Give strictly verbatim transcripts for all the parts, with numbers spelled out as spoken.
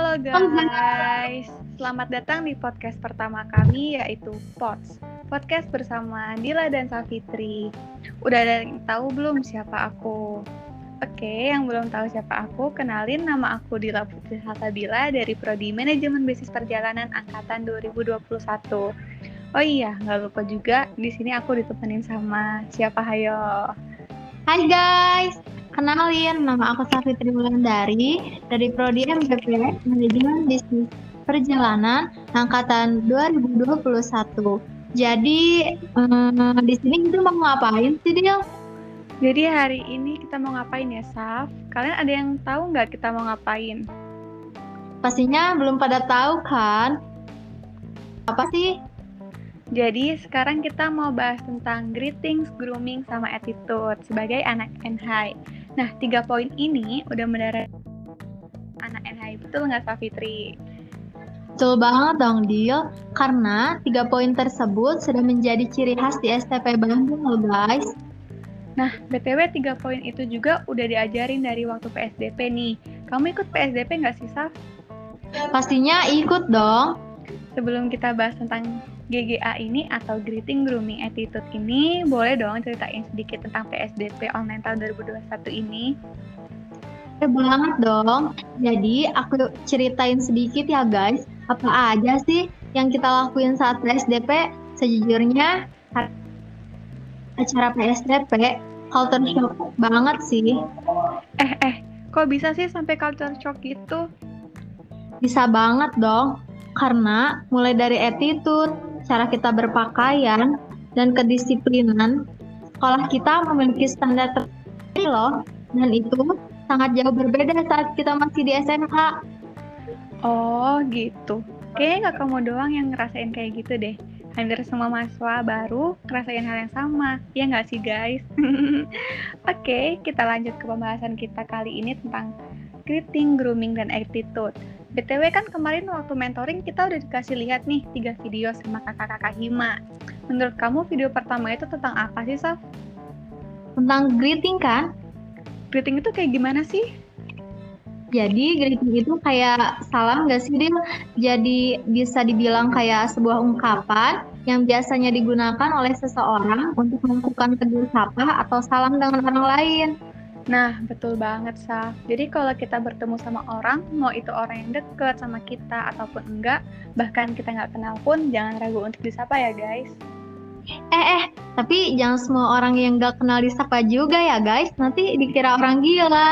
Halo guys, selamat datang di podcast pertama kami yaitu Pods. Podcast bersama Dila dan Safitri. Udah ada yang tahu belum siapa aku? Oke, yang belum tahu siapa aku, kenalin nama aku Dila Putri Salsabila dari Prodi Manajemen Bisnis Perjalanan Angkatan dua ribu dua puluh satu. Oh iya, nggak lupa juga, di sini aku ditemenin sama siapa hayo? Hai guys, kenalin nama aku Safitri Wulandari dari Prodi M B P Manajemen Bisnis Perjalanan Angkatan dua ribu dua puluh satu. Jadi um, di sini kita mau ngapain sih, Dil? Jadi hari ini kita mau ngapain ya, Saf? Kalian ada yang tahu nggak kita mau ngapain? Pastinya belum pada tahu kan? Apa sih? Jadi sekarang kita mau bahas tentang greetings, grooming, sama attitude sebagai anak N H I. Nah, tiga poin ini udah mendarat anak N H I, betul nggak Safitri? Betul banget dong, Dil. Karena tiga poin tersebut sudah menjadi ciri khas di S T P Bandung loh guys. Nah, B T W tiga poin itu juga udah diajarin dari waktu P S D P nih. Kamu ikut P S D P nggak sih, Saf? Pastinya ikut dong. Sebelum kita bahas tentang G G A ini atau Greeting, Grooming, Attitude ini, boleh dong ceritain sedikit tentang P S D P online tahun dua ribu dua puluh satu ini? Ya banget dong. Jadi aku ceritain sedikit ya guys. Apa aja sih yang kita lakuin saat P S D P? Sejujurnya acara P S D P culture shock banget sih. Eh eh, kok bisa sih sampai culture shock gitu? Bisa banget dong. Karena mulai dari attitude, cara kita berpakaian, dan kedisiplinan, sekolah kita memiliki standar tertentu loh. Dan itu sangat jauh berbeda saat kita masih di S M A. Oh gitu. Kayaknya gak kamu doang yang ngerasain kayak gitu deh. Hampir semua mahasiswa baru ngerasain hal yang sama. Ya nggak sih guys? Oke, kita lanjut ke pembahasan kita kali ini tentang greeting, grooming, dan attitude. B T W kan kemarin waktu mentoring kita udah dikasih lihat nih tiga video sama kakak-kakak Hima. Menurut kamu video pertama itu tentang apa sih, Saf? Tentang greeting kan? Greeting itu kayak gimana sih? Jadi greeting itu kayak salam gak sih, Dil? Jadi bisa dibilang kayak sebuah ungkapan yang biasanya digunakan oleh seseorang untuk melakukan tegur sapa atau salam dengan orang lain. Nah, betul banget, Saf. Jadi kalau kita bertemu sama orang, mau itu orang yang deket sama kita ataupun enggak, bahkan kita nggak kenal pun, jangan ragu untuk disapa ya, guys. Eh, eh, tapi jangan semua orang yang gak kenal disapa juga ya, guys. Nanti dikira orang gila.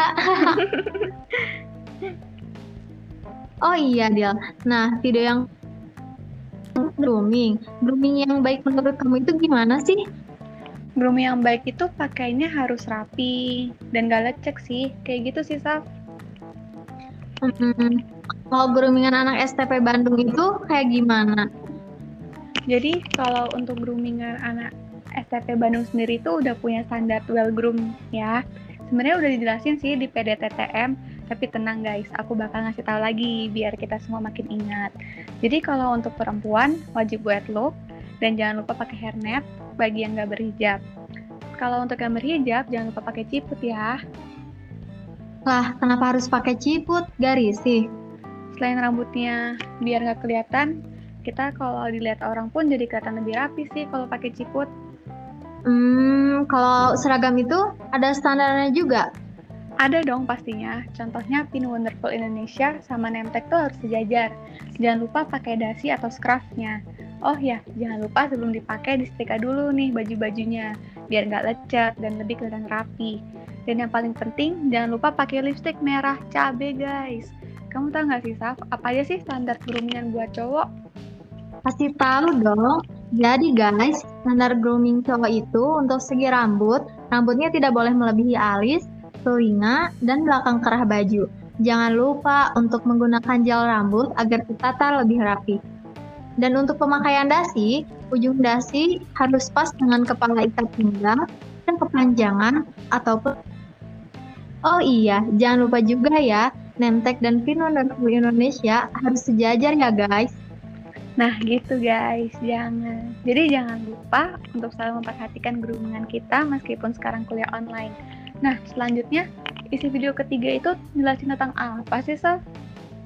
Oh iya, Dil. Nah, video yang grooming. Grooming yang baik menurut kamu itu gimana sih? Grooming yang baik itu pakainya harus rapi dan gak lecek sih. Kayak gitu sih, Saf. Hmm, kalau groomingan anak S T P Bandung itu kayak gimana? Jadi kalau untuk groomingan anak S T P Bandung sendiri itu udah punya standar well groom ya. Sebenarnya udah dijelasin sih di P D T T M, tapi tenang guys, aku bakal ngasih tahu lagi biar kita semua makin ingat. Jadi kalau untuk perempuan wajib wet look dan jangan lupa pakai hairnet bagi yang nggak berhijab. Kalau untuk yang berhijab jangan lupa pakai ciput ya. Lah, kenapa harus pakai ciput? Garis sih. Selain rambutnya biar nggak kelihatan, kita kalau dilihat orang pun jadi kelihatan lebih rapi sih kalau pakai ciput. Hmm, kalau seragam itu ada standarnya juga? Ada dong pastinya. Contohnya Pin Wonderful Indonesia sama Nemtek tuh harus sejajar. Jangan lupa pakai dasi atau scarf-nya. Oh ya, jangan lupa sebelum dipakai disetrika dulu nih baju-bajunya biar nggak lecet dan lebih kelihatan rapi. Dan yang paling penting, jangan lupa pakai lipstick merah cabe guys. Kamu tahu nggak sih, Saf, apa aja sih standar groomingan buat cowok? Pasti tahu dong. Jadi guys, standar grooming cowok itu untuk segi rambut, rambutnya tidak boleh melebihi alis, telinga, dan belakang kerah baju. Jangan lupa untuk menggunakan gel rambut agar tertata lebih rapi. Dan untuk pemakaian dasi, ujung dasi harus pas dengan kepala ikat pinggang dan kepanjangan ataupun oh iya, jangan lupa juga ya, Nemtek dan Pin Wonderful Indonesia harus sejajar ya guys. Nah gitu guys, jangan. Jadi jangan lupa untuk selalu memperhatikan groomingan kita meskipun sekarang kuliah online. Nah selanjutnya, isi video ketiga itu jelasin tentang apa sih, Saf?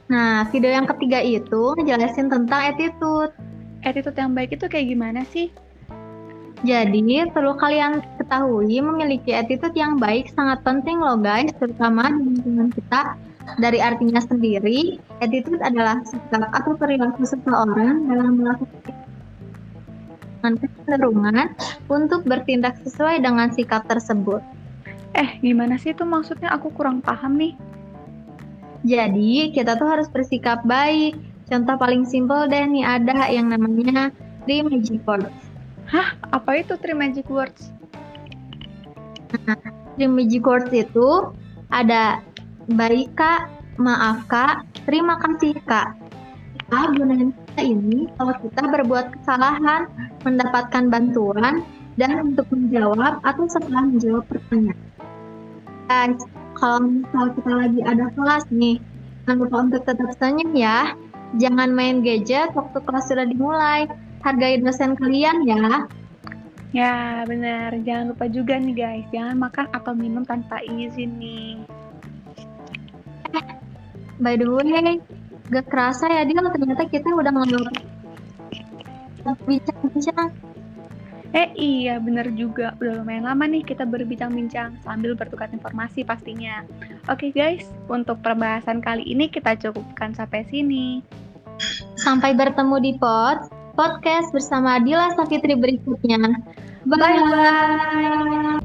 Nah, video yang ketiga itu ngejelasin tentang attitude. Attitude yang baik itu kayak gimana sih? Jadi, perlu kalian ketahui memiliki attitude yang baik sangat penting loh guys, terutama di lingkungan kita. Dari artinya sendiri, attitude adalah sikap atau perilaku seseorang dalam melakukan kecenderungan untuk bertindak sesuai dengan sikap tersebut. Eh, gimana sih itu maksudnya? Aku kurang paham nih. Jadi, kita tuh harus bersikap baik. Contoh paling simpel deh nih, ada yang namanya three magic words. Hah? Apa itu three magic words? Nah, three magic words itu ada baik kak, maaf kak, terima kasih kak. Kita gunain kata ini kalau kita berbuat kesalahan, mendapatkan bantuan, dan untuk menjawab atau setelah menjawab pertanyaan. Guys, kalau misal kita lagi ada kelas nih, jangan lupa untuk tetap senyum ya. Jangan main gadget waktu kelas sudah dimulai. Hargai dosen kalian ya. Ya, benar. Jangan lupa juga nih guys, jangan makan atau minum tanpa izin nih. Eh, by the way, gak kerasa ya Dil, ternyata kita udah ngobrol bincang-bincang. Eh iya, benar juga. Udah lumayan lama nih kita berbincang-bincang sambil bertukar informasi pastinya. Oke guys, untuk pembahasan kali ini kita cukupkan sampai sini. Sampai bertemu di Pod podcast bersama Dila Safitri berikutnya. Bye-bye.